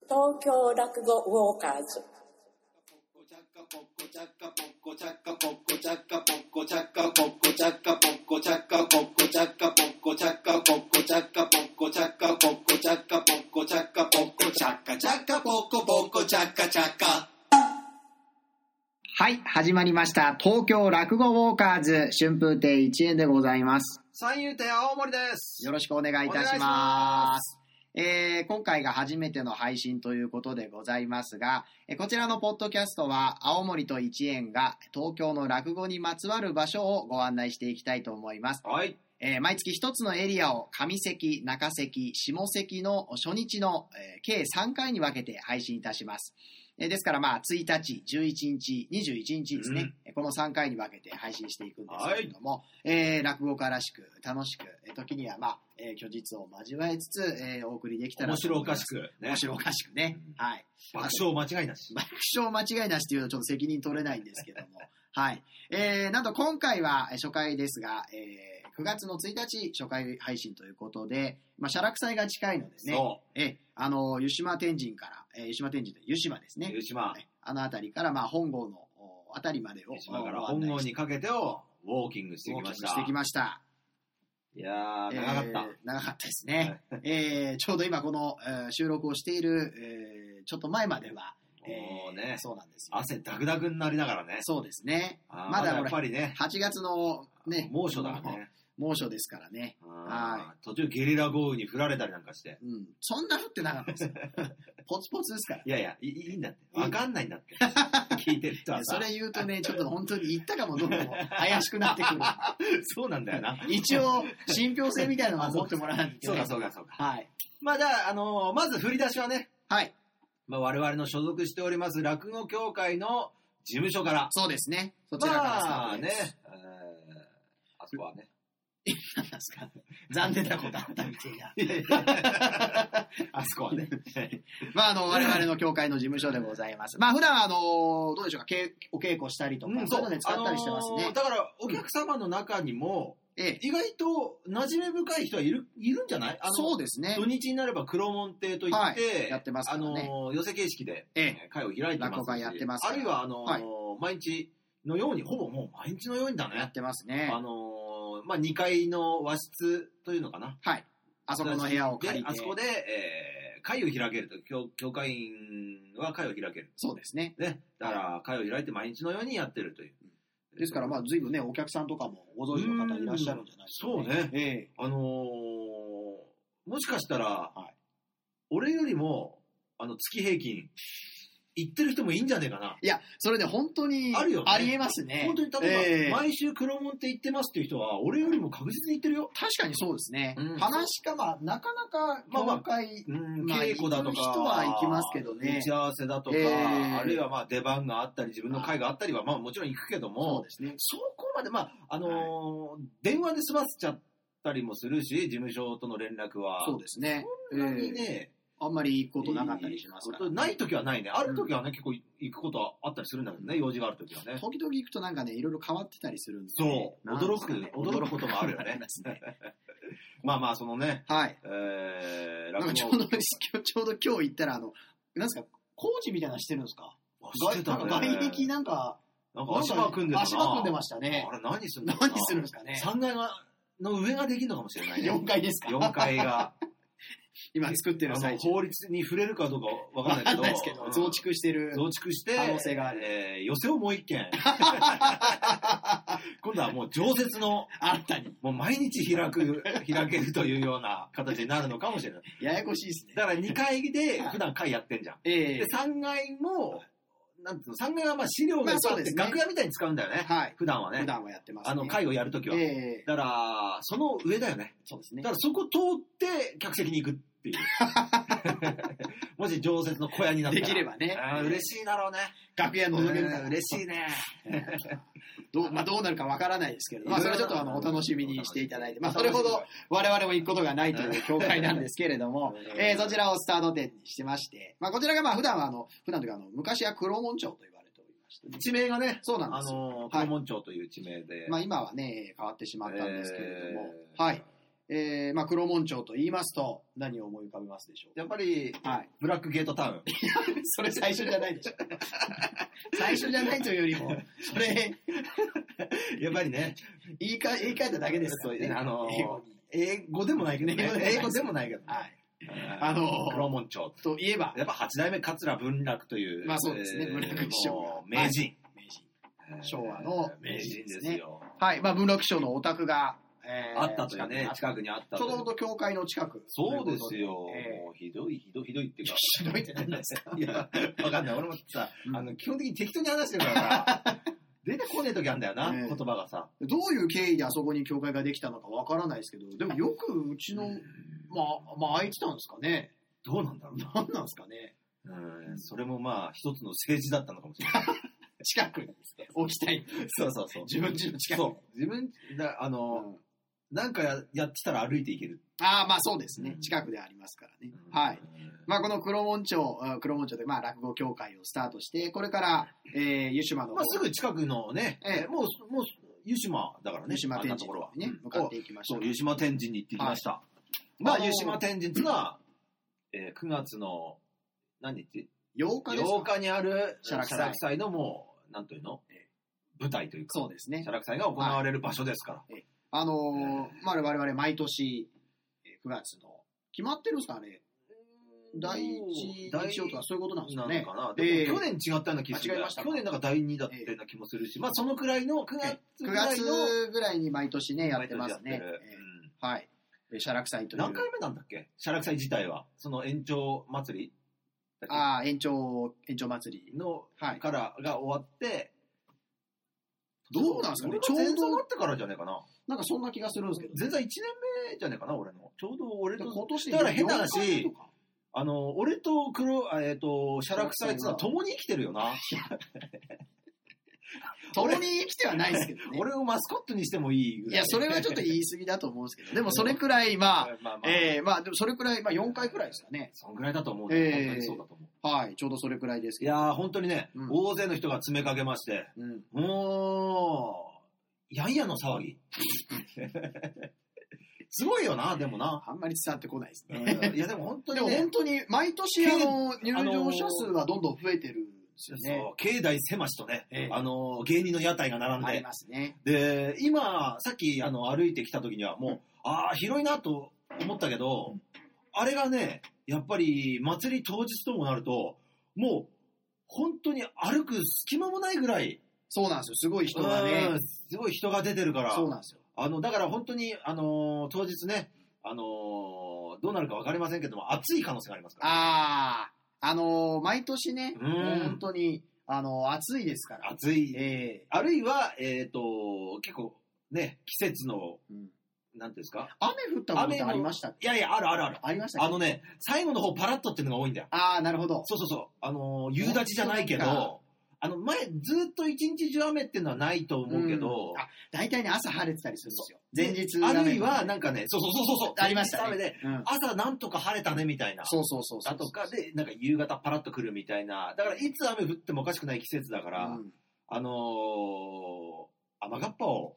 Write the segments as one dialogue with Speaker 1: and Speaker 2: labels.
Speaker 1: 東京落語ウォーカーズ。
Speaker 2: はい、始まりました東京落語ウォーカーズ春風亭一円でございます。
Speaker 3: 三遊亭青森です。
Speaker 2: よろしくお願いいたします。今回が初めての配信ということでございますが、こちらのポッドキャストは青森と一円が東京の落語にまつわる場所をご案内していきたいと思います。
Speaker 3: はい。
Speaker 2: 毎月一つのエリアを上関、中関、下関の初日の、計3回に分けて配信いたします。ですから1日、11日、21日ですね、この3回に分けて配信していくんですけれども、落語家らしく楽しく、時には虚実を交えつつ、お送りできたら
Speaker 3: 面白おかしくね。
Speaker 2: 面白おかしくね。はい。
Speaker 3: 爆笑間違いなし。
Speaker 2: 爆笑間違いなしというのはちょっと責任取れないんですけども。はい。なんと今回は初回ですが、9月の1日初回配信ということで、写楽祭が近いのでね、湯島天神から、湯島天神という湯島ですね。
Speaker 3: 湯島。
Speaker 2: あの辺りから本郷の辺りまでを。
Speaker 3: 湯島から本郷にかけてをウォーキングしてきました。
Speaker 2: してきました。
Speaker 3: いやー、長かった。
Speaker 2: 長かったですね。ちょうど今この、収録をしている、ちょっと前までは、
Speaker 3: もうね、
Speaker 2: そうなんですよ。
Speaker 3: 汗ダクダクになりながらね。
Speaker 2: そうですね。
Speaker 3: まだやっぱりね、
Speaker 2: 8月のね、
Speaker 3: 猛暑だからね。
Speaker 2: 猛暑ですからね。
Speaker 3: はい。途中ゲリラ豪雨に降られたりなんかして。
Speaker 2: うん。そんな降ってなかったですよ。ポツポツですから。
Speaker 3: いやいや、いいんだって。わかんないんだって。聞いてる人はさ。
Speaker 2: それ言うとね、ちょっと本当に言ったかもどうも怪しくなってくる。
Speaker 3: そうなんだよな。
Speaker 2: 一応、信憑性みたいなのは持ってもらわないといけない。
Speaker 3: そうか。
Speaker 2: はい。
Speaker 3: じゃあ、まず振り出しはね。
Speaker 2: はい。
Speaker 3: 我々の所属しております落語協会の事務所から。
Speaker 2: そうですね。そちらからスタートです。
Speaker 3: ね。あそこはね。
Speaker 2: 何ですか残念なことあったみたいな。
Speaker 3: あそこはね。
Speaker 2: 我々の協会の事務所でございます。普段どうでしょうか、お稽古したりとか、そういうので使ったりしてますね。
Speaker 3: だから、お客様の中にも、意外と馴染み深い人はいるんじゃない？
Speaker 2: そうですね。
Speaker 3: 土日になれば黒門亭といって、
Speaker 2: やってますからね。
Speaker 3: 寄せ形式で会を開いてますし、
Speaker 2: 落語会やってます。
Speaker 3: あるいは毎日のように、ほぼもう毎日のようにだね。
Speaker 2: やってますね。
Speaker 3: 2階の和室というのかな。
Speaker 2: はい。あそこの部屋を借りて。
Speaker 3: あそこで、会を開けると。教会員は会を開ける。
Speaker 2: そうですね。
Speaker 3: だから会を開いて毎日のようにやってるという。
Speaker 2: ですから、随分ね、お客さんとかもご存知の方いらっしゃるんじゃないですか、ね。
Speaker 3: そうね。もしかしたら、俺よりも、月平均、行ってる人もいいんじゃねえかな。
Speaker 2: いや、それで本当にありえますね。
Speaker 3: 本当に例えば、毎週黒門って行ってますっていう人は、俺よりも確実に行ってるよ。
Speaker 2: 確かにそうですね。話かなかなか教会、
Speaker 3: 稽古だとか、
Speaker 2: 人は行きますけどね。
Speaker 3: 打ち合わせだとか、あるいは出番があったり、自分の会があったりは、もちろん行くけども、
Speaker 2: そうですね。
Speaker 3: そこまで、電話で済ませちゃったりもするし、事務所との連絡は。
Speaker 2: そうですね。
Speaker 3: そんなにね、
Speaker 2: あんまり行くことなかったりしますから、
Speaker 3: ね。ない時はないね。ある時はね、結構行くことあったりするんだけどね、用事がある時はね。
Speaker 2: 時々行くといろいろ変わってたりするんで、
Speaker 3: ね。そう。驚くこともあるよね。そのね。
Speaker 2: はい。ちょうど今日行ったら、なんですか、工事みたいなのしてるんですか？
Speaker 3: してたね。
Speaker 2: 外壁なんか
Speaker 3: 足場組んでたな。
Speaker 2: 足場組んでましたね。
Speaker 3: あれ何するん
Speaker 2: ですかね。
Speaker 3: 3階の上ができるのかもしれないね。
Speaker 2: 4階ですか？
Speaker 3: 4階が。
Speaker 2: 今作ってる最中。
Speaker 3: 法律に触れるかどうかわからないけど、
Speaker 2: 増築して
Speaker 3: 可
Speaker 2: 能性がある。
Speaker 3: 寄せをもう一件。今度はもう常設の
Speaker 2: 新たに
Speaker 3: もう毎日開けるというような形になるのかもしれない。
Speaker 2: ややこしいですね。
Speaker 3: だから2階で普段会やってんじゃん。で3階もなんていうの、3階は資料がそうって楽屋みたいに使うんだよね。普段はね。
Speaker 2: 普段はやってますね。
Speaker 3: 会をやるときは。だからその上だよね。
Speaker 2: そうですね。
Speaker 3: だからそこ通って客席に行くっていう。もし常設の小屋になったら。
Speaker 2: できればね。
Speaker 3: 嬉しいだろうね。
Speaker 2: 楽屋覗けるから。
Speaker 3: 嬉しいね。
Speaker 2: どうなるかわからないですけど、それはちょっとお楽しみにしていただいて、それほど我々も行くことがないという教会なんですけれども、そちらをスタート点にしてまして、こちらが普段というか昔は黒門町と言われておりまして、
Speaker 3: 地名がね、
Speaker 2: そうなんですよ。
Speaker 3: 黒門町という地名で、
Speaker 2: 今はね変わってしまったんですけれども、はい。 まあ、黒門町と言いますと、何を思い浮かべますでしょう？
Speaker 3: やっぱり、
Speaker 2: はい。
Speaker 3: ブラックゲートタウン。
Speaker 2: それ最初じゃないでしょ。最初じゃないというよりも、それ、
Speaker 3: やっぱりね、
Speaker 2: 言い換えただけですからね。
Speaker 3: 英語でもないけどね。英語でもないけど。
Speaker 2: はい。
Speaker 3: 黒門町
Speaker 2: といえば、
Speaker 3: やっぱ八代目桂文楽という、
Speaker 2: まあそうですね、文楽師匠。
Speaker 3: 名人。
Speaker 2: 昭和の
Speaker 3: 名人ですよ。
Speaker 2: はい。まあ文楽師匠のお宅が、
Speaker 3: あったというね、近くにあった
Speaker 2: ちょうど教会の近く。
Speaker 3: そうですよ。もうひどいっていうか。
Speaker 2: ひどいって何ですか？
Speaker 3: いや、わかんない。俺もさ、基本的に適当に話してるからさ、出てこねえ時あるんだよな、言葉がさ。
Speaker 2: どういう経緯であそこに教会ができたのかわからないですけど、でもよくうちの、まあ、空いてたんですかね。
Speaker 3: どうなんだろう。
Speaker 2: 何なんですかね。
Speaker 3: それもまあ、一つの政治だったのかもしれない。
Speaker 2: 近くにですね、置きたい。
Speaker 3: そうそうそう。
Speaker 2: 自分家の近く。
Speaker 3: そう。自分、なんかやってたら歩いていける。
Speaker 2: ああ、まあそうですね。近くでありますからね。はい。まあこの黒門町でまあ落語協会をスタートして、これから、湯島の。
Speaker 3: まあすぐ近くのね、もう湯島だからね。
Speaker 2: 湯島天神にね、向かっていきました。
Speaker 3: そう、湯島天神に行ってきました。まあ湯島天神っていうのは、9月の、何日
Speaker 2: ?8 日ですか？
Speaker 3: 8日にある、
Speaker 2: 写楽
Speaker 3: 祭のもう、なんというの舞台というか。
Speaker 2: そうですね。
Speaker 3: 写楽祭が行われる場所ですから。
Speaker 2: まあ我々毎年9月の決まってるんですかね。第1日曜とかそういうことなんですかね。
Speaker 3: でも去年違ったような気がする。
Speaker 2: 違いました。
Speaker 3: 去年なんか第2だったような気もするし、まあそのくらいの9
Speaker 2: 月ぐらいに毎年ねやってますね。はい。写楽祭という。
Speaker 3: 何回目なんだっけ？写楽祭自体はその延長祭り。
Speaker 2: 延長祭り
Speaker 3: のからが終わって。
Speaker 2: どうなんですかね。
Speaker 3: ちょうど終わってからじゃねえかな。
Speaker 2: なんかそんな気がするんですけど。
Speaker 3: 全然1年目じゃねえかな、俺の。ちょうど俺と。
Speaker 2: 今年
Speaker 3: だから変な話、俺と写楽祭ってのは共に生きてるよな。
Speaker 2: 共に生きてはないですけどね。
Speaker 3: 俺をマスコットにしてもいいぐらい。
Speaker 2: いや、それはちょっと言い過ぎだと思うんですけど。でもそれくらい、まあ、でもそれくらい、まあ4回くらいですかね。
Speaker 3: そんくらいだと思う。本当にそうだと思う。
Speaker 2: はい、ちょうどそれくらいですけど。
Speaker 3: いやー、本当にね、大勢の人が詰めかけまして、もう、やんやの騒ぎ。すごいよな、でもな。
Speaker 2: あんまり伝わってこないですね。
Speaker 3: いや、でも本当に、
Speaker 2: でも本当に、毎年入場者数がどんどん増えてるんですよね。
Speaker 3: そう、境内狭しとね、芸人の屋台が並んで。
Speaker 2: ありますね。
Speaker 3: で、今、さっき歩いてきた時にはもう、広いなと思ったけど、あれがね、やっぱり祭り当日ともなると、もう、本当に歩く隙間もないぐらい。
Speaker 2: そうなんですよ。すごい人がね。
Speaker 3: すごい人が出てるから。
Speaker 2: そうなんですよ。
Speaker 3: だから本当に、当日ね、どうなるか分かりませんけども、暑い可能性がありますから、
Speaker 2: ね。毎年ね、本当に、暑いですから。
Speaker 3: 暑い。あるいは、結構ね、季節の、なんていうんですか？
Speaker 2: 雨降ったことってありましたっけ？
Speaker 3: いや、ある。
Speaker 2: ありましたっけ？
Speaker 3: 最後の方パラッとっていうのが多いんだよ。
Speaker 2: なるほど。
Speaker 3: そう。夕立じゃないけど、前、ずっと一日中雨っていうのはないと思うけど、
Speaker 2: 大体ね、朝晴れてたりするんですよ。前日。
Speaker 3: あるいは、なんかね、そう。
Speaker 2: ありましたね。
Speaker 3: 雨で、朝なんとか晴れたねみたいな。
Speaker 2: そう。
Speaker 3: だとかで、なんか夕方パラッと来るみたいな。だから、いつ雨降ってもおかしくない季節だから、雨がっぱを、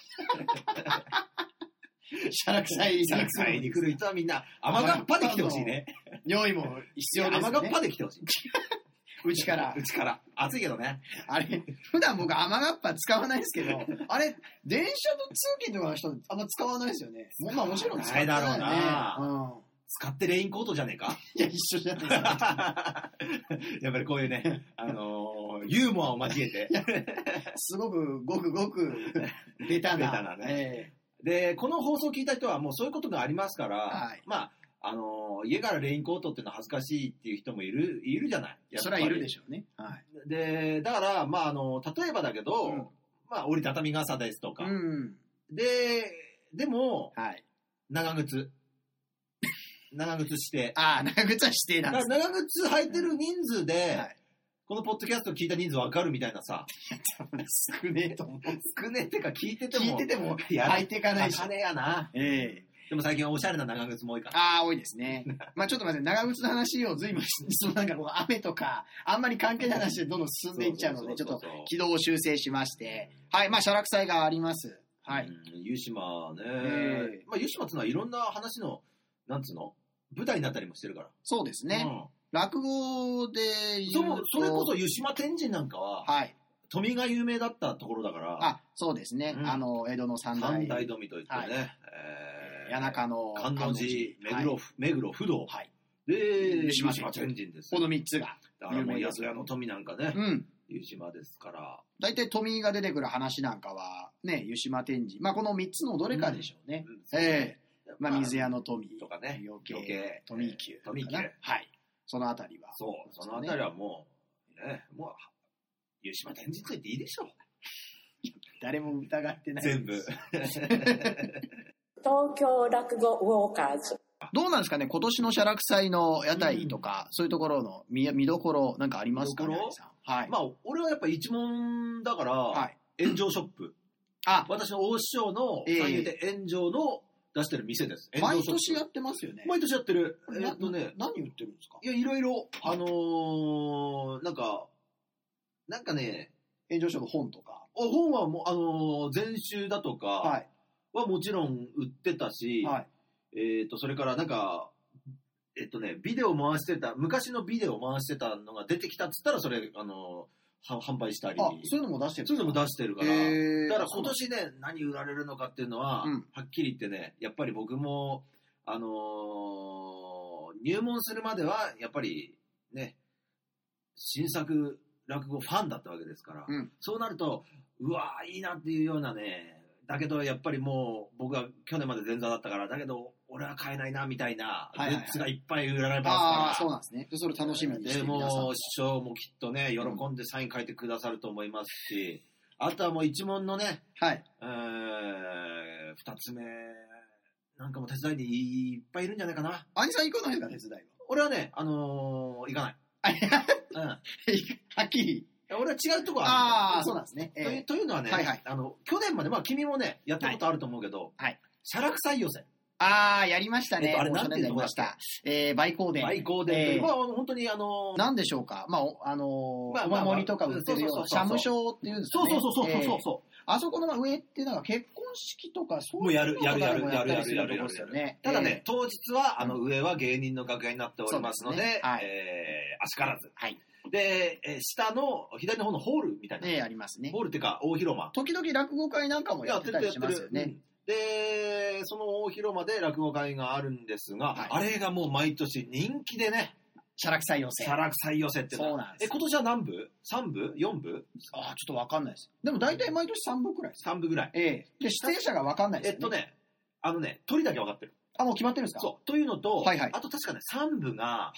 Speaker 2: 写楽祭
Speaker 3: に来る人はみんな、雨がっぱで来てほしいね。
Speaker 2: 用意も必要ですね。
Speaker 3: 雨がっぱで来てほしい。
Speaker 2: うちから。
Speaker 3: 暑いけどね。
Speaker 2: あれ、普段僕雨がっぱ使わないですけど、あれ、電車と通勤とかの人あんま使わないですよね。まあもちろん使ってない
Speaker 3: だろうな。使ってレインコートじゃねえか？
Speaker 2: いや、一緒じゃないですか。
Speaker 3: やっぱりこういうね、ユーモアを交えて。
Speaker 2: すごく、ごく、ベタな
Speaker 3: ね。で、この放送を聞いた人はもうそういうことがありますから、まあ、家からレインコートっていうのは恥ずかしいっていう人もいるじゃない。
Speaker 2: それはいるでしょうね。
Speaker 3: で、だから、まあ、例えばだけど、まあ、折りたたみ傘ですとか。でも、長靴して。
Speaker 2: 長靴は指定なんです。
Speaker 3: 長靴履いてる人数で、このポッドキャスト聞いた人数分かるみたいなさ。
Speaker 2: 少ねえと思う。
Speaker 3: 少ねえってか聞いてても
Speaker 2: 履いていかないし。
Speaker 3: 履かねえやな。でも最近はおしゃれな長靴も多いから。
Speaker 2: 多いですね。まあちょっと待って、長靴の話を随分、なんかこう雨とか、あんまり関係ない話でどんどん進んでいっちゃうので、ちょっと軌道を修正しまして。はい、まあ写楽祭があります。 はい。
Speaker 3: 湯島ね。まあ、湯島ってのはいろんな話の、なんつうの舞台になったりもしてるから。
Speaker 2: そうですね。落語で
Speaker 3: 言うとそれこそ湯島天神なんかは、
Speaker 2: はい。
Speaker 3: 富が有名だったところだから。
Speaker 2: あ、そうですね。江戸の三大
Speaker 3: 富といってね。
Speaker 2: 谷中の
Speaker 3: 観音寺、目黒不動。
Speaker 2: はい。
Speaker 3: で、湯島天神です。
Speaker 2: この3つが。
Speaker 3: だからもう安屋の富なんかね。湯島ですから。
Speaker 2: 大体富が出てくる話なんかは、ね、湯島天神。まあ、この3つのどれかでしょうね。まあ、水屋の富
Speaker 3: とかね。
Speaker 2: 余計、富久。はい。そのあたりは。
Speaker 3: そう、そのあたりはもう、ね、もう、湯島天神と言っていいでしょう。
Speaker 2: 誰も疑ってない。
Speaker 3: 全部。
Speaker 1: 東京落語ウォーカーズ。
Speaker 2: どうなんですかね、今年の写楽祭の屋台とか、そういうところの見どころなんかありますかね。
Speaker 3: はい。まあ、俺はやっぱ一門だから、炎上ショップ。私の大師匠の三遊亭炎上の出してる店です。
Speaker 2: 毎年やってますよね。
Speaker 3: 毎年やってる。
Speaker 2: 何売ってるんですか？
Speaker 3: いや、いろいろ、なんかね、
Speaker 2: 炎上書の本とか。
Speaker 3: 本はもう、全集だとかはもちろん売ってたし、それからなんか、ビデオ回してた、昔のビデオ回してたのが出てきたっつったら、それ、販売したり。
Speaker 2: そういうのも出してる。
Speaker 3: そういうのも出してるから。だから今年ね、何売られるのかっていうのは、はっきり言ってね、やっぱり僕も、入門するまでは、やっぱりね、新作落語ファンだったわけですから、そうなると、うわーいいなっていうようなね、だけどやっぱりもう僕は去年まで前座だったから、だけど俺は買えないなみたいなグッズがいっぱい売られますから。
Speaker 2: そうなんですね。それ楽しみにして
Speaker 3: でも師匠もきっとね、喜んでサイン書いてくださると思いますし、あとはもう一門のね、二つ目なんかも手伝いにいっぱいいるんじゃないかな。
Speaker 2: 兄さん行かないですか、手伝いは。
Speaker 3: 俺はね、行かない。
Speaker 2: はっきり。
Speaker 3: 俺は違うとこあ
Speaker 2: る。そうなんですね。
Speaker 3: というのはね、去年まで、まあ君もね、やったことあると思うけど、写楽祭寄せ。
Speaker 2: やりましたね。
Speaker 3: あれなんていうとこだった？
Speaker 2: 売香殿。
Speaker 3: 売香殿。まあ本当に
Speaker 2: なんでしょうか。まあお守りとか売ってるような社務所っていうんですかね。
Speaker 3: そう。
Speaker 2: あそこの上ってなんか結婚式とかそう
Speaker 3: いうの
Speaker 2: を
Speaker 3: やる。
Speaker 2: た
Speaker 3: だね、当日は上は芸人の楽屋になっておりますので、あしからず。で、下の左の方のホールみたいな。
Speaker 2: ありますね。
Speaker 3: ホールっていうか大広間。
Speaker 2: 時々落語会なんかもやってたりしますよね。
Speaker 3: で、その大広間で落語会があるんですが、あれがもう毎年人気でね。
Speaker 2: 写楽祭寄せ。
Speaker 3: 写楽祭寄せって
Speaker 2: そうなんです。
Speaker 3: 今年は何部 ?3 部 ?4 部？
Speaker 2: ちょっとわかんないです。でも大体毎年3部くらいです。
Speaker 3: 3部ぐらい。
Speaker 2: で、出演者がわかんないです
Speaker 3: 鳥だけわかってる。
Speaker 2: もう決まってるんですか？
Speaker 3: そう。というのと、あと確かね、3部が、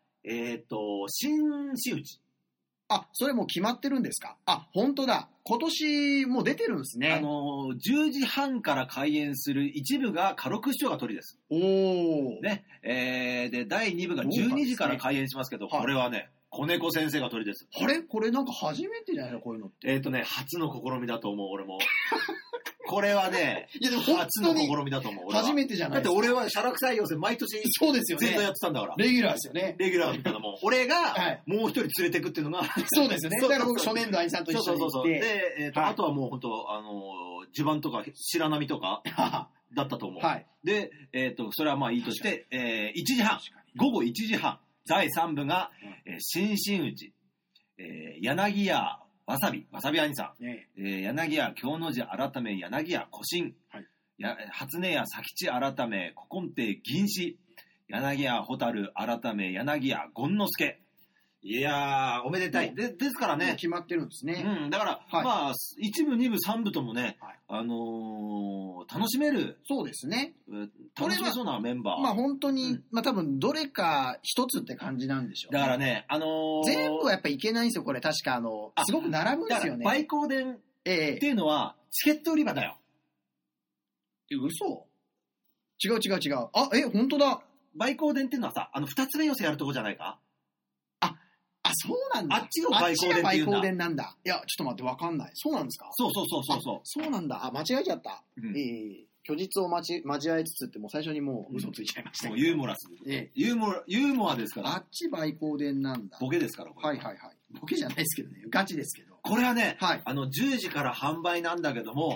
Speaker 3: 新真打ち。
Speaker 2: それもう決まってるんですか？本当だ。今年もう出てるんですね。
Speaker 3: 10時半から開演する一部が家禄師匠が鳥です。ね。で、第2部が12時から開演しますけど、これはね、子猫先生が鳥です。
Speaker 2: これなんか初めてじゃないのこういうのって。
Speaker 3: 初の試みだと思う、俺も。これはね、初の試みだと思う。
Speaker 2: 初めてじゃない
Speaker 3: ですか。だって俺は写楽祭寄せ毎年、
Speaker 2: そうですよね。
Speaker 3: ずっとやってたんだから。
Speaker 2: レギュラーですよね。
Speaker 3: レギュラーだけども、俺がもう一人連れてくっていうのが、
Speaker 2: そうですよね。だから僕初年度兄さんと一緒に行って。
Speaker 3: で、あとはもう本当、襦袢とか白波とかだったと思う。で、それはまあいいとして、1時半、午後1時半、第3部が、新真打ち、柳家わさび兄さん、柳家京の字改め柳家古新、初音屋佐吉改め古今亭銀枝、柳家蛍改め柳家権之助。いやー、おめでたい。ですからね。
Speaker 2: 決まってるんですね。
Speaker 3: だから、まあ、1部、2部、3部ともね、楽しめる。
Speaker 2: そうですね。
Speaker 3: 楽しめそうなメンバー。
Speaker 2: まあ本当に、まあ多分どれか一つって感じなんでしょうね。
Speaker 3: だからね、
Speaker 2: 全部はやっぱいけないんですよ、これ。確かすごく並ぶんですよね。
Speaker 3: 売香殿っていうのは、チケット売り場だよ。
Speaker 2: 嘘？違う。本当だ。
Speaker 3: 売香殿っていうのはさ、二つ目寄せやるとこじゃないか？
Speaker 2: そうなんだ。
Speaker 3: あっちが売香殿っていうんだ。
Speaker 2: 売香殿なんだ。いや、ちょっと待って、わかんない。そうなんですか？
Speaker 3: そう。
Speaker 2: そうなんだ。間違えちゃった。虚実を交えつつってもう最初にもう嘘ついちゃいました。
Speaker 3: もうユーモラス。ユーモアですから。
Speaker 2: あっち売香殿なんだ。
Speaker 3: ボケですから。
Speaker 2: はい。ボケじゃないですけどね。ガチですけど。
Speaker 3: これはね、10時から販売なんだけども、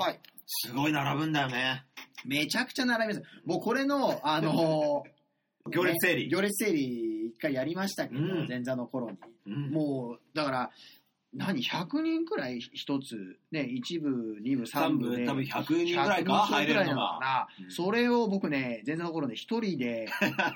Speaker 3: すごい並ぶんだよね。
Speaker 2: めちゃくちゃ並びます。もうこれの、
Speaker 3: 行列整理。
Speaker 2: ね、行列整理一回やりましたけど、前座の頃に。もう、だから、100人くらい一つ、ね、1部、2部、3部で。
Speaker 3: 多分100人くらいか、入れるのが。
Speaker 2: それを僕ね、前座の頃ね、一人で、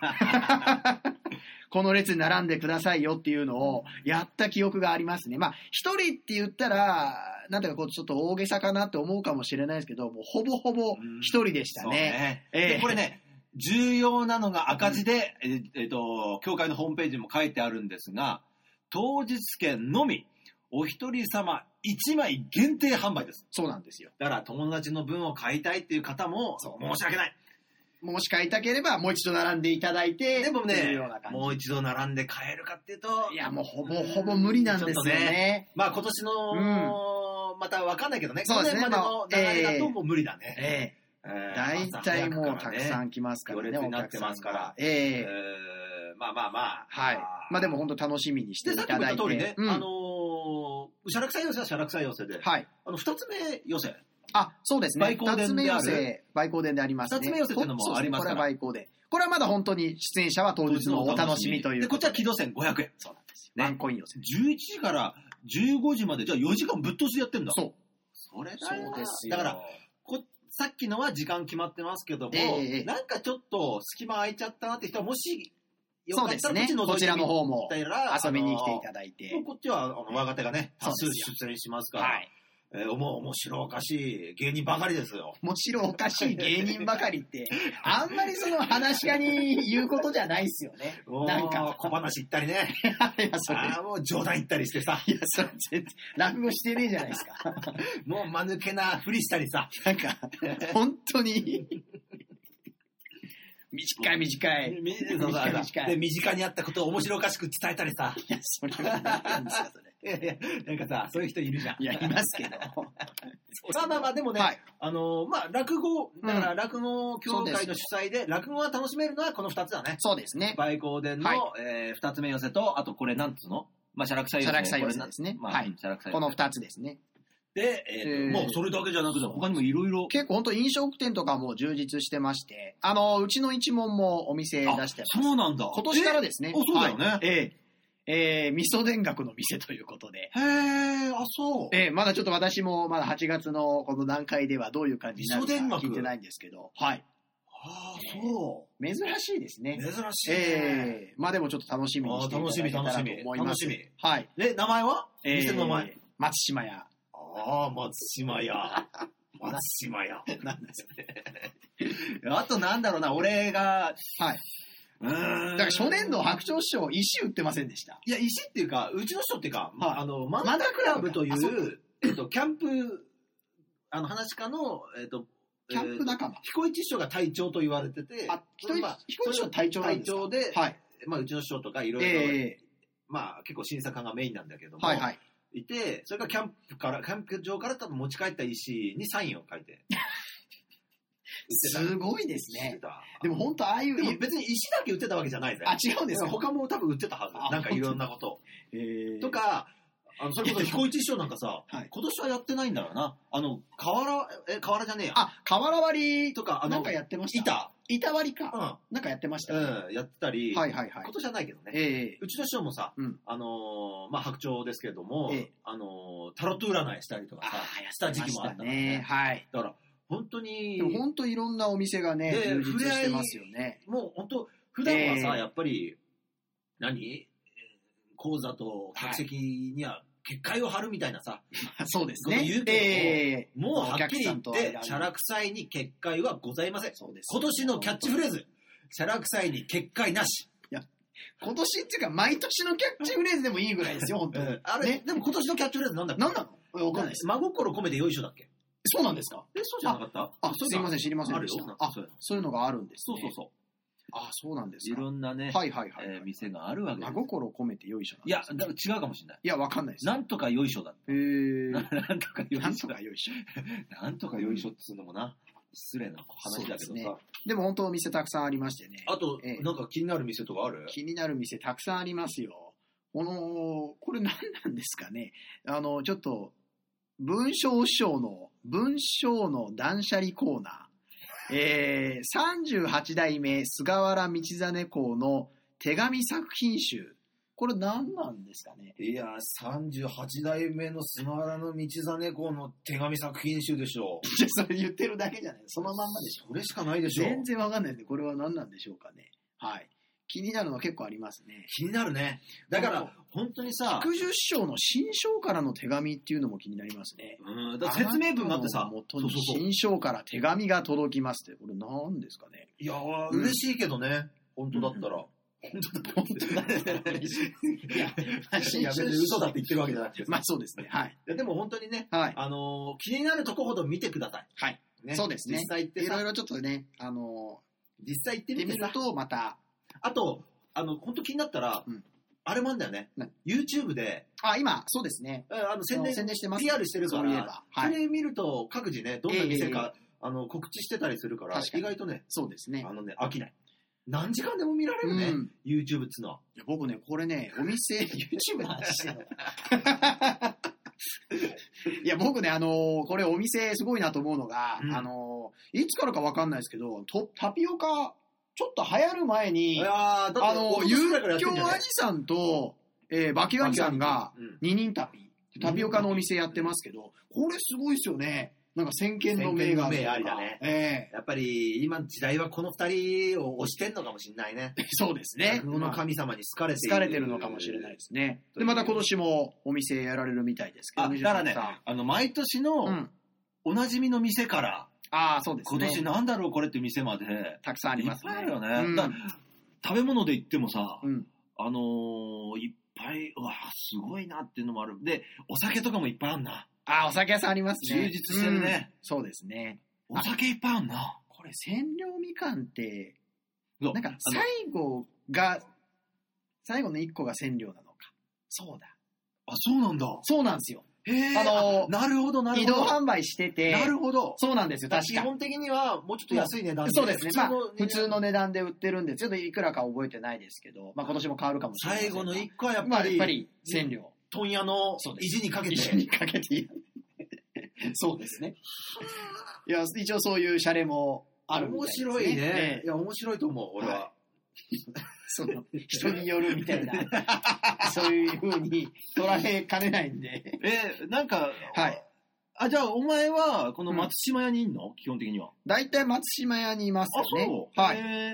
Speaker 2: この列に並んでくださいよっていうのをやった記憶がありますね。まあ、一人って言ったら、なんだかこうちょっと大げさかなって思うかもしれないですけど、もうほぼほぼ一人でしたね。
Speaker 3: でこれね、重要なのが赤字で、協会のホームページにも書いてあるんですが、当日券のみ、お一人様1枚限定販売です。
Speaker 2: そうなんですよ。
Speaker 3: だから友達の分を買いたいっていう方も、申し訳ない。
Speaker 2: もし買いたければもう一度並んでいただいて、
Speaker 3: でもね、もう一度並んで買えるかっていうと、
Speaker 2: いやもうほぼほぼ無理なんですよね。
Speaker 3: まあ今年の、また分かんないけどね、去年までの流れだともう無理だね。
Speaker 2: 大体もうたくさん来ますからね。
Speaker 3: 行列になってますから。まあ。
Speaker 2: はい。まあでも本当楽しみにしていただいて。
Speaker 3: さっき言った通りね、シャラクサ寄せはシャラクサ寄せで、
Speaker 2: はい。
Speaker 3: 二つ目寄せ。
Speaker 2: そうですね。
Speaker 3: 売香伝である。
Speaker 2: 売香伝でありますね。
Speaker 3: 二つ目寄せっていうのもありますから。
Speaker 2: これは売香伝。これはまだ本当に出演者は当日のお楽しみという。
Speaker 3: で、こっちは木戸線500円。
Speaker 2: そうなんですよ。ワンコイン寄せ。
Speaker 3: 11時から15時まで、じゃあ4時間ぶっ通しでやってんだ。
Speaker 2: そう。
Speaker 3: それだよ。そうですよ。だから、さっきのは時間決まってますけども、なんかちょっと隙間空いちゃったなって人は、もし、よかったらこ
Speaker 2: ちらの方も遊びに来ていただいて。
Speaker 3: こっちは若手がね、多数出演しますから。はい。面白おかしい芸人ばかりですよ。
Speaker 2: 面白おかしい芸人ばかりって、あんまりその話家に言うことじゃないですよね。
Speaker 3: なんか小話言ったりね。もう冗談言ったりしてさ。
Speaker 2: いや、それ全然、落語してねえじゃないですか。
Speaker 3: もう間抜けなふりしたりさ。
Speaker 2: なんか、本当に。短い。
Speaker 3: で、身近にあったことを面白おかしく伝えたりさ。
Speaker 2: いや、それは何ですか、それ。
Speaker 3: なんかさ、そういう人いるじゃん。
Speaker 2: いや、いますけど。
Speaker 3: まあ、でもね、落語、だから落語協会の主催で、落語が楽しめるのはこの2つだね。
Speaker 2: そうですね。
Speaker 3: 売香伝の2つ目寄せと、あとこれなんつうの？まあ、シャラクサ寄せ。
Speaker 2: シャラクサ寄せですね。はい。この2つですね。
Speaker 3: で、もうそれだけじゃなくて、他にもいろいろ。
Speaker 2: 結構本当飲食店とかも充実してまして、うちの一門もお店出してます。
Speaker 3: そうなんだ。
Speaker 2: 今年からですね。
Speaker 3: そうだよね。
Speaker 2: 味噌田楽の店ということで。
Speaker 3: そう。
Speaker 2: まだちょっと私もまだ8月のこの段階ではどういう感じになるか聞いてないんですけど。はい。
Speaker 3: そう。
Speaker 2: 珍しいですね。
Speaker 3: 珍しい。
Speaker 2: まあでもちょっと楽しみにしていただけたらと思います。はい。
Speaker 3: で、名前は？店の名前。
Speaker 2: 松島屋。
Speaker 3: 松島屋。松島屋。
Speaker 2: なんですかね。
Speaker 3: あとなんだろうな、俺が、
Speaker 2: はい。だから初年度白鳥師匠、石売ってませんでした。
Speaker 3: いや、石っていうか、うちの師匠っていうか、マンダクラブという、キャンプ、話家の、
Speaker 2: キャンプ仲間。
Speaker 3: 彦一師匠が隊長と言われてて、
Speaker 2: 彦一師匠隊長なんですか？
Speaker 3: 隊長で、
Speaker 2: はい。
Speaker 3: まあ、うちの師匠とかいろいろ、まあ、結構審査官がメインなんだけども、
Speaker 2: はいはい。
Speaker 3: いて、それからキャンプ場から多分持ち帰った石にサインを書いて。
Speaker 2: すごいですね。でも本当ああいう。
Speaker 3: でも別に石だけ売ってたわけじゃないぜ。
Speaker 2: 違うんですか？
Speaker 3: 他も多分売ってたはず。なんかいろんなこと。とか、それこそ彦一師匠なんかさ、今年はやってないんだろうな。瓦じゃねえや。
Speaker 2: 瓦割り
Speaker 3: とか、
Speaker 2: なんかやってました。板割りか。なんかやってました。
Speaker 3: やってたり。
Speaker 2: はいはいはい。
Speaker 3: 今年はないけどね。うちの師匠もさ、まあ白鳥ですけれども、タロット占いしたりとかさ、した時期もあったね。
Speaker 2: はい。
Speaker 3: だから、本当に。
Speaker 2: でも本当いろんなお店がね、充実してますよね。
Speaker 3: もう本当、普段はさ、やっぱり、講座と客席には結界を張るみたいなさ、
Speaker 2: そうですね。
Speaker 3: 言うけども、もうはっきり言って、シャラクサイに結界はございません。今年のキャッチフレーズ、シャラクサイに結界なし。
Speaker 2: 今年っていうか、毎年のキャッチフレーズでもいいぐらいですよ、本当に。
Speaker 3: あれ、でも今年のキャッチフレーズなんだっけ？
Speaker 2: 何なの？わかんないです。
Speaker 3: 真心込めてよいしょだっけ？
Speaker 2: そうなんですか？
Speaker 3: そうじゃなかった？
Speaker 2: すいません、知りませんでした。そういうのがあるんですね。
Speaker 3: そう。
Speaker 2: そうなんですか。
Speaker 3: いろんなね、店があるわけです。
Speaker 2: 真心込めてよいしょ。
Speaker 3: いや、だから違うかもしれない。
Speaker 2: いや、わかんないです。
Speaker 3: なんとかよいしょだ。
Speaker 2: なんとかよいしょ。
Speaker 3: なんとかよいしょってするのもな、失礼な話だけどさ。
Speaker 2: でも本当お店たくさんありましてね。
Speaker 3: あと、なんか気になる店とかある？
Speaker 2: 気になる店たくさんありますよ。これ何なんですかね。ちょっと、 文章師匠の文章の断捨離コーナー、38代目菅原道真公の手紙作品集。これ何なんですかね。
Speaker 3: いや、38代目の菅原道真公の手紙作品集でしょ。
Speaker 2: それ言ってるだけじゃない。そのまんまでしょ。
Speaker 3: それしかないでしょ。
Speaker 2: 全然わかんないんで、これは何なんでしょうかね。はい。気になるの結構ありますね。
Speaker 3: 気になるね。だから、本当にさ、
Speaker 2: 菊十師匠の新章からの手紙っていうのも気になりますね。
Speaker 3: だから説明文があってさ、
Speaker 2: 元に新章から手紙が届きますって、これ何ですかね。
Speaker 3: いやー、嬉しいけどね。本当だったら。
Speaker 2: 本当だいや、
Speaker 3: 別に嘘だって言ってるわけじゃなくて。
Speaker 2: まあそうですね。はい。
Speaker 3: いやでも本当にね、
Speaker 2: はい。
Speaker 3: 気になるとこほど見てください。
Speaker 2: はい。
Speaker 3: ね、
Speaker 2: そうですね。
Speaker 3: 実際行って
Speaker 2: いろいろちょっとね、
Speaker 3: 実際行ってみる
Speaker 2: とまた。
Speaker 3: あと、本当気になったら、あれもあるんだよね。YouTube で。
Speaker 2: 今、そうですね。
Speaker 3: 宣伝
Speaker 2: してます。
Speaker 3: PR してるから、
Speaker 2: それ
Speaker 3: 見ると各自ね、どんな店か、告知してたりするから、意外とね、
Speaker 2: そうですね。
Speaker 3: 飽きない。何時間でも見られるね、YouTube っつうのは。
Speaker 2: いや僕ね、これね、お店、YouTube の話してるの。いや、僕ね、これお店すごいなと思うのが、いつからかわかんないですけど、タピオカ、ちょっと流行る前に、ゆっきょうあじさんと、バキガニさんが二人タピオカのお店やってますけど、これすごいですよね。なんか先見の明が
Speaker 3: ありだね。やっぱり今時代はこの二人を推してんのかもしれないね。
Speaker 2: そうですね。
Speaker 3: 落語の神様に好かれ
Speaker 2: てるのかもしれないですね。で、また今年もお店やられるみたいですけど。
Speaker 3: だからね、毎年のおなじみの店から、
Speaker 2: そうですね。
Speaker 3: 今年なんだろうこれって店まで。
Speaker 2: たくさんありますね。
Speaker 3: いっぱいあるよね。食べ物で言ってもさ、いっぱい、うわ、すごいなっていうのもある。で、お酒とかもいっぱいあるな。
Speaker 2: お酒屋さんありますね。
Speaker 3: 充実してるね。
Speaker 2: そうですね。
Speaker 3: お酒いっぱいあるな。
Speaker 2: これ、千両みかんって、なんか最後の一個が千両なのか。そうだ。
Speaker 3: そうなんだ。
Speaker 2: そうなんですよ。
Speaker 3: なるほど、なるほど。
Speaker 2: 移動販売してて。
Speaker 3: なるほど。
Speaker 2: そうなんですよ、確か
Speaker 3: 基本的にはもうちょっと安い値段で。
Speaker 2: そうですね。普通の値段で売ってるんで、ちょっといくらか覚えてないですけど、今年も変わるかもしれない。
Speaker 3: 最後の一個はやっぱり、
Speaker 2: 千両。
Speaker 3: 問屋の意地にかけて。
Speaker 2: そうですね。いや、一応そういうシャレもあるみたいですね。
Speaker 3: 面白いね。いや、面白いと思う、俺は。
Speaker 2: 人によるみたいな、そういう風に捉えかねないんで。
Speaker 3: なんか、はい。じゃあ、お前は、この松島屋にいんの？基本的には。
Speaker 2: 大体松島屋にいますよね。
Speaker 3: そう。
Speaker 2: はい。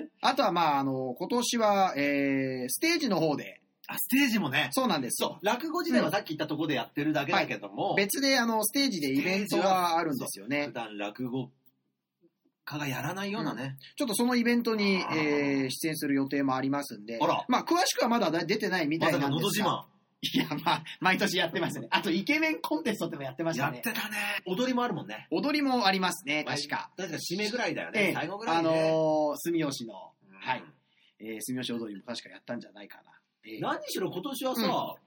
Speaker 2: あとは、今年は、ステージの方で、
Speaker 3: ステージもね。
Speaker 2: そうなんです。
Speaker 3: そう。落語時代はさっき言ったところでやってるだけだけども。
Speaker 2: 別でステージでイベントがあるんですよね。
Speaker 3: 普段落語家がやらないようなね。
Speaker 2: ちょっとそのイベントに出演する予定もありますんで。詳しくはまだ出てないみたいなんですが。いや、毎年やってますね。あと、イケメンコンテストってもやってましたね。
Speaker 3: やってたね。踊りもあるもんね。
Speaker 2: 踊りもありますね、確か。
Speaker 3: 確か締めぐらいだよね。最後ぐらいね。
Speaker 2: 住吉の、はい。住吉踊りも確かやったんじゃないかな。
Speaker 3: 何しろ今年はさ、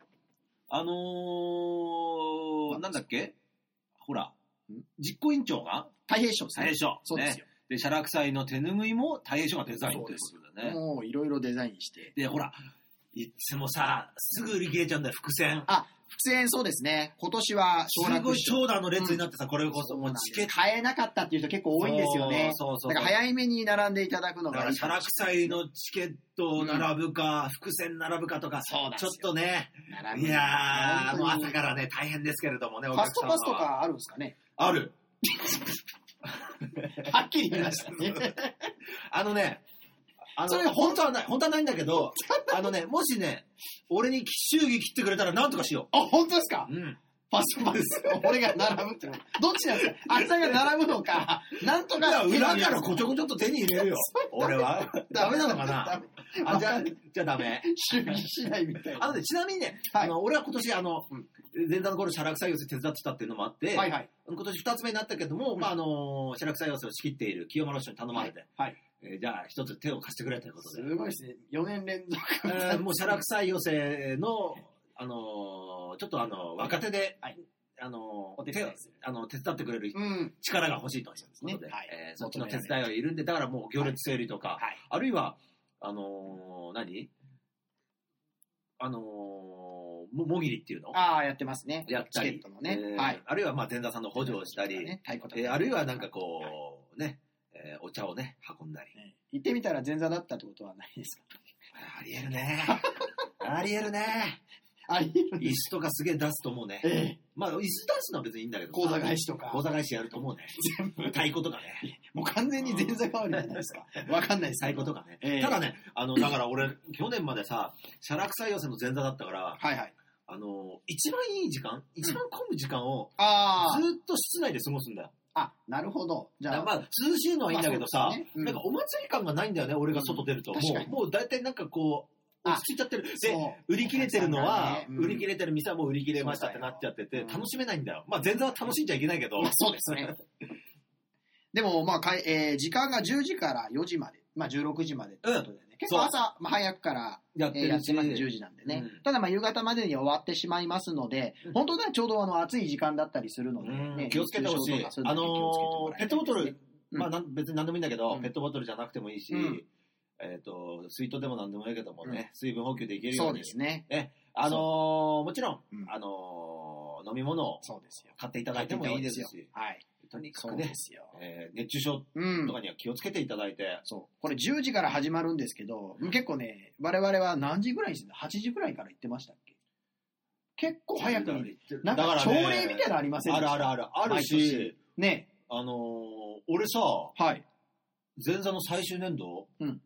Speaker 3: なんだっけほら、実行委員長が
Speaker 2: 太平賞ですね。
Speaker 3: 太平賞。
Speaker 2: そうですよ。
Speaker 3: で、写楽祭の手拭いも太平賞がデザインということでね。
Speaker 2: もういろいろデザインして。
Speaker 3: で、ほら、いつもさ、すぐ売り切れちゃうんだよ、伏線。
Speaker 2: 出演そうですね。今年は
Speaker 3: すごい長蛇の列になってさ、これこそもうチケット
Speaker 2: 買えなかったっていう人結構多いんですよね。だから早めに並んでいただくのが。
Speaker 3: だから写楽祭のチケットを並ぶか、伏線並ぶかとか、ちょっとね、いやー、もう朝からね、大変ですけれどもね、
Speaker 2: ファストパスとかあるんですかね？
Speaker 3: ある。
Speaker 2: はっきり言いましたね。
Speaker 3: それ本当はないんだけど、もしね、俺に祝儀切ってくれたら何とかしよう。
Speaker 2: 本当ですか？
Speaker 3: うん。
Speaker 2: ファストパス。俺が並ぶってのは。どっちなんですか？あんたが並ぶのか、なんとか。
Speaker 3: 裏からこちょこちょっと手に入れるよ。俺は。ダメなのかな？じゃあダメ。
Speaker 2: 祝儀しないみたいな。
Speaker 3: ちなみにね、俺は今年前座の頃、写楽祭寄せ手伝ってたっていうのもあって、今年2つ目になったけども、写楽祭寄せを仕切っている清丸師匠に頼まれて、じゃあ一つ手を貸してくれということで。
Speaker 2: すごいですね。4年連続。
Speaker 3: もう写楽祭寄せの、ちょっと若手で、手伝ってくれる力が欲しいということで、そっちの手伝いはいるんで、だからもう行列整理とか、あるいは、 もぎりっていうの
Speaker 2: ああ、やってますね。
Speaker 3: やったり
Speaker 2: チケットのね。はい。
Speaker 3: あるいはまあ前座さんの補助をしたり、
Speaker 2: ね、太鼓
Speaker 3: あるいはなんかこう、ね、お茶をね、運んだり。
Speaker 2: 行ってみたら前座だったってことはないですか？
Speaker 3: ありえるね。ありえるね。
Speaker 2: ありえる
Speaker 3: 椅子とかすげえ出すと思うね。まあ、椅子出すのは別にいいんだけど。
Speaker 2: 講座返しとか。
Speaker 3: 講座返しやると思うね。太鼓とかね。
Speaker 2: もう完全に前座代わりじゃないですか。わかんないです。
Speaker 3: 太鼓とかね。ただね、だから俺、去年までさ、写楽祭寄せの前座だったから、
Speaker 2: はいはい。
Speaker 3: 一番いい時間、一番混む時間を、ずっと室内で過ごすんだよ。
Speaker 2: あ、なるほど。じゃあ、
Speaker 3: まあ、涼しいのはいいんだけどさ、なんかお祭り感がないんだよね、俺が外出ると。もう大体なんかこう、落ち着いちゃってる。で、売り切れてるのは、売り切れてる店はもう売り切れましたってなっちゃってて、楽しめないんだよ。まあ、全然は楽しんじゃいけないけど。
Speaker 2: そうですね。でも、まあ、時間が10時から4時まで、まあ、16時までってことでね。結構朝、早くからやってます10時なんでね。ただ、まあ、夕方までに終わってしまいますので、本当はちょうど暑い時間だったりするので、
Speaker 3: 気をつけてほしい。ペットボトル、まあ、別に何でもいいんだけど、ペットボトルじゃなくてもいいし、水筒でも何でもいいけどもね、水分補給できるように。そうですね。もちろん、飲み物を買っていただいてもいいですし、はい。とにかくね、熱中症とかには気をつけていただいて。
Speaker 2: そう。これ10時から始まるんですけど、結構ね、我々は何時ぐらいにして ?8 時ぐらいから行ってましたっけ？結構早くに。なんか朝礼みたいなのありませんでした？
Speaker 3: あるし、
Speaker 2: ね。
Speaker 3: 俺さ、
Speaker 2: はい。
Speaker 3: 前座の最終年度、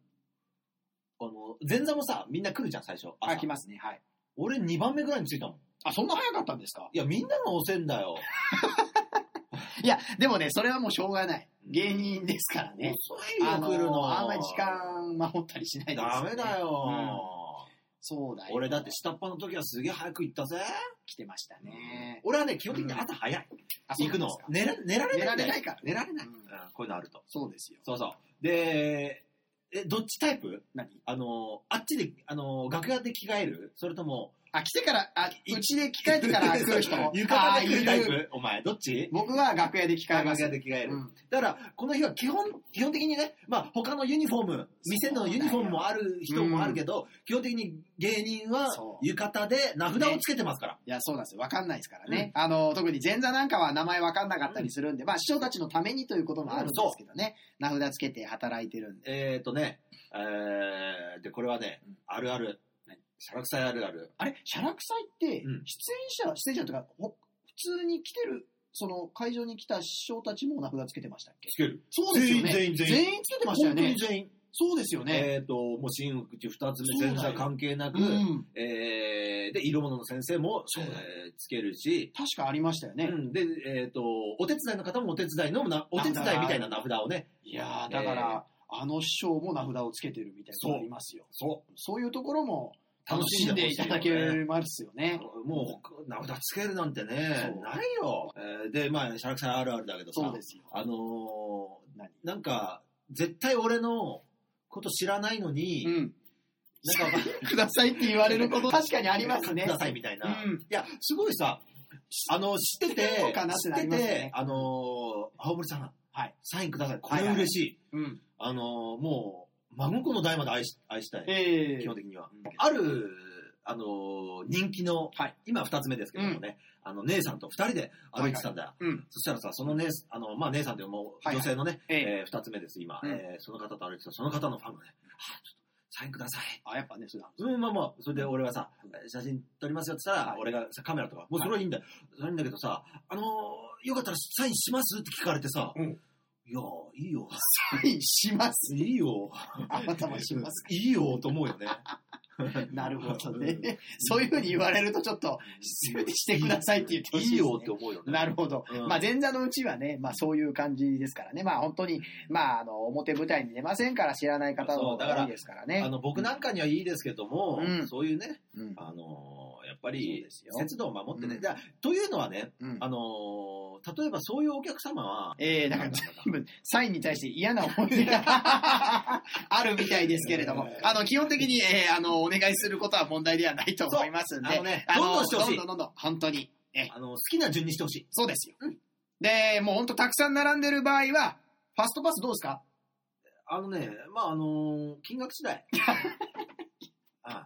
Speaker 3: 前座もさ、みんな来るじゃん、最初。
Speaker 2: 来ますね。はい。
Speaker 3: 俺2番目ぐらいに着いたもん。
Speaker 2: あ、そんな早かったんですか？
Speaker 3: いや、みんなが遅いんだよ。
Speaker 2: いや、でもね、それはもうしょうがない。芸人ですからね。
Speaker 3: 遅いよ、来るの。
Speaker 2: あんまり時間守ったりしないですよね。
Speaker 3: ダメだよ。
Speaker 2: そうだよ。
Speaker 3: 俺だって下っ端の時はすげえ早く行ったぜ。
Speaker 2: 来てましたね。
Speaker 3: 俺はね、基本的に朝早い。行くの。寝られないから。寝られない。こういうのあると。
Speaker 2: そうですよ。
Speaker 3: そうそう。で、どっちタイプ？何？あっちで、楽屋で着替える？それとも、
Speaker 2: 来てから、うちで着替えてから来る人も。
Speaker 3: 浴衣で来るタイプ？お前、どっち？
Speaker 2: 僕は楽屋で着替えます。
Speaker 3: 楽屋で着替える。だから、この日は基本的にね、まあ、他のユニフォーム、店のユニフォームもある人もあるけど、基本的に芸人は浴衣で名札をつけてますから。
Speaker 2: いや、そうなんですよ。わかんないですからね。特に前座なんかは名前わかんなかったりするんで、まあ、師匠たちのためにということもあるんですけどね。名札つけて働いてるんで。
Speaker 3: で、これはね、あるある。写楽祭あるある。
Speaker 2: あれ、写楽祭って、出演者とか、普通に来てる、その会場に来た師匠たちも名札つけてましたっけ？
Speaker 3: つける。
Speaker 2: そうですよね。全員つけてましたよね。
Speaker 3: 本当に全員。
Speaker 2: そうですよね。
Speaker 3: もう新口二つ目、前座関係なく、で、色物の先生も、つけるし。
Speaker 2: 確かありましたよね。
Speaker 3: で、お手伝いの方もお手伝いみたいな名札をね。
Speaker 2: いやー、だから、師匠も名札をつけてるみたいなのがありますよ。そういうところも、楽しんでいただけますよね。
Speaker 3: もう、名札つけるなんてね、ないよ。で、まあ、写楽祭あるあるだけどさ、
Speaker 2: そうですよ。
Speaker 3: なんか、絶対俺のこと知らないのに、なんか、
Speaker 2: くださいって言われること確かにありますね。
Speaker 3: くださいみたいな。いや、すごいさ、知ってて、青森さん、サインください。これ嬉しい。もう、真心の代まで愛したい。基本的には。ある、人気の、今二つ目ですけどもね、姉さんと二人で歩いてたんだよ。そしたらさ、その姉さんでも女性のね、二つ目です、今。その方と歩いてた、その方のファンがね、ちょっとサインください。やっぱね、それまあまあ、それで俺はさ、写真撮りますよって言ったら、俺がさ、カメラとか、もうそれはいいんだよ。それはいいんだけどさ、よかったらサインしますって聞かれてさ、いや、いいよ。
Speaker 2: サインします。
Speaker 3: いいよ。
Speaker 2: あなたもします。
Speaker 3: いいよと思うよね。
Speaker 2: なるほどね。そういうふうに言われるとちょっと、せめてしてくださいって言ってほしい、ね。
Speaker 3: いいよって思うよね。
Speaker 2: なるほど。まあ前座のうちはね、まあそういう感じですからね。まあ本当に、まあ表舞台に出ませんから知らない方も多いですからね。
Speaker 3: 僕なんかにはいいですけども、そういうね、やっぱり、節度を守ってね。というのはね、例えばそういうお客様は、
Speaker 2: だから全部サインに対して嫌な思い出があるみたいですけれども、基本的に、お願いすることは問題ではないと思いますんで、
Speaker 3: どんどんしてほしい。
Speaker 2: どんどん、本当に。
Speaker 3: 好きな順にしてほしい。
Speaker 2: そうですよ。で、もう本当たくさん並んでる場合は、ファストパスどうですか？
Speaker 3: まあ、金額次第。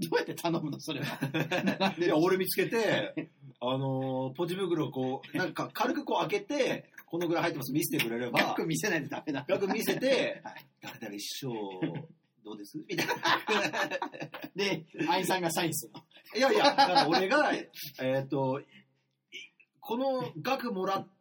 Speaker 2: うやって頼むのそれは。
Speaker 3: いや、俺見つけて、ポチ袋をこう、なんか軽くこう開けて、このぐらい入ってます、見せてくれれば。
Speaker 2: 額見せないとダメだ。
Speaker 3: 額見せて、
Speaker 2: はい、
Speaker 3: 誰々師匠、どうですみたいな。
Speaker 2: で、愛さんがサインするの。
Speaker 3: いやいや、だから俺が、この額もらって、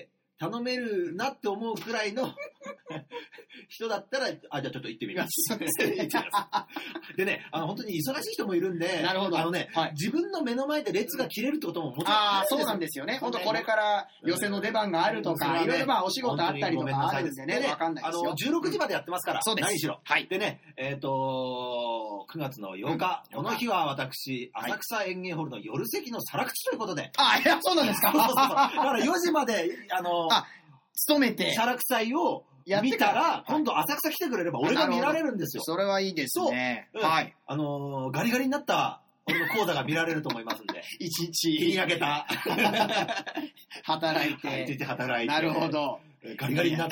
Speaker 3: 頼めるなって思うくらいの人だったら、じゃあちょっと行ってみます。でね、本当に忙しい人もいるんで、
Speaker 2: なるほど。
Speaker 3: はい、自分の目の前で列が切れるってことももちろんあるんですよ。
Speaker 2: そうなんですよね。本当これから寄席の出番があるとか、いろいろまあお仕事あったりとかあるんでね、わかんないですよ。
Speaker 3: 16時までやってますから、
Speaker 2: そうです。
Speaker 3: 何しろ。
Speaker 2: はい。
Speaker 3: でね、9月の8日、この日は私、浅草園芸ホールの夜席の皿口ということで。
Speaker 2: いや、そうなんですか。
Speaker 3: だから4時まで、
Speaker 2: 勤めて。
Speaker 3: 皿口祭を見たら、今度浅草来てくれれば俺が見られるんですよ。
Speaker 2: それはいいですね。はい。
Speaker 3: ガリガリになった俺の講座が見られると思いますんで。
Speaker 2: 一日。
Speaker 3: 日に焼けた。
Speaker 2: 働いて。
Speaker 3: 一日働いて。
Speaker 2: なるほど。
Speaker 3: ガリガリになった。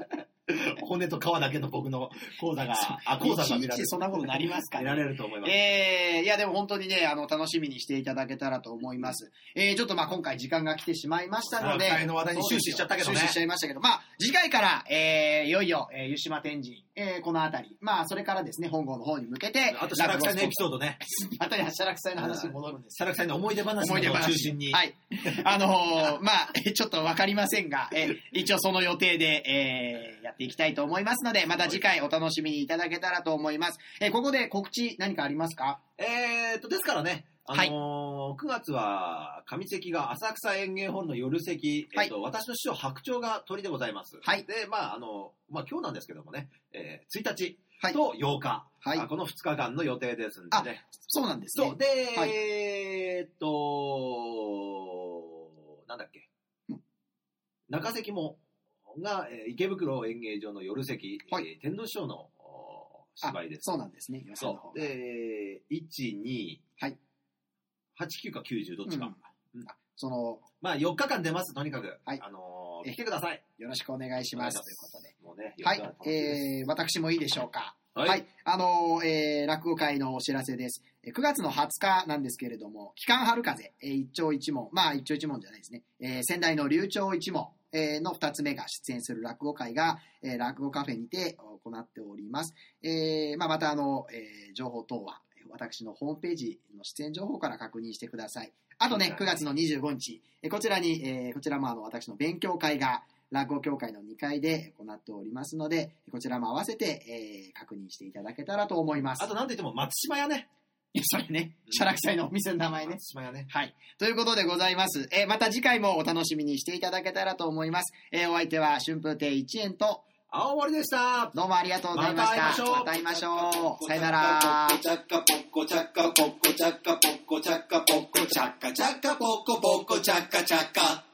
Speaker 3: 骨と皮だけの僕の講座が見られる。
Speaker 2: そんなことなりますかね。
Speaker 3: 見られると思います。
Speaker 2: いやでも本当にね、楽しみにしていただけたらと思います。ちょっとまあ今回時間が来てしまいましたので。
Speaker 3: 今回の話題に終始しちゃったけどね。
Speaker 2: 終始しちゃいましたけど、まあ次回から、いよいよ、湯島天神、このあたり、まあそれからですね、本郷の方に向けて。
Speaker 3: あと、写楽祭のエピソードね。
Speaker 2: また写楽祭の話に戻るんです。
Speaker 3: 写楽祭の思い出話を中心に。
Speaker 2: はい。まあ、ちょっとわかりませんが、一応その予定で、やっていきたいと思いますので、また次回お楽しみにいただけたらと思います。ここで告知何かありますか？
Speaker 3: ですからね、9月は上関が浅草園芸ホールの夜席、私の師匠白鳥が鳥でございます。はい。で、まあ今日なんですけどもね、1日と8日、はい、この2日間の予定ですんでね。
Speaker 2: そうなんですね。
Speaker 3: そう。で、なんだっけ、中関も、が、池袋演芸場の夜席、天童師匠の芝居です。
Speaker 2: そうなんですね。
Speaker 3: そう。で、1、2、8、9か90どっちか。まあ4日間出ます、とにかく。はい。来てください。
Speaker 2: よろしくお願いします。ということで。
Speaker 3: もうね、
Speaker 2: はい。私もいいでしょうか。はい。落語会のお知らせです。9月の20日なんですけれども、期間春風、一朝一門、まあ一朝一門じゃないですね。仙台の流暢一門の2つ目が出演する落語会が、落語カフェにて行っております。また情報等は私のホームページの出演情報から確認してください。あとね、9月の25日、こちらも私の勉強会が落語協会の2階で行っておりますので、こちらも合わせて、確認していただけたらと思います。
Speaker 3: あとなんといっても松島屋ね。
Speaker 2: それね、写楽祭のお店の名前ね。
Speaker 3: 松島屋ね。
Speaker 2: はい。ということでございます。また次回もお楽しみにしていただけたらと思います。お相手は春風亭一円と
Speaker 3: 青森でした。
Speaker 2: どうもありがとうございました。また会いましょう。さよなら。
Speaker 4: チャッカポッコチャッカポッコチャッカポッコチャッカポッコチャッカチャッカポッコポッコチャッカチャッカ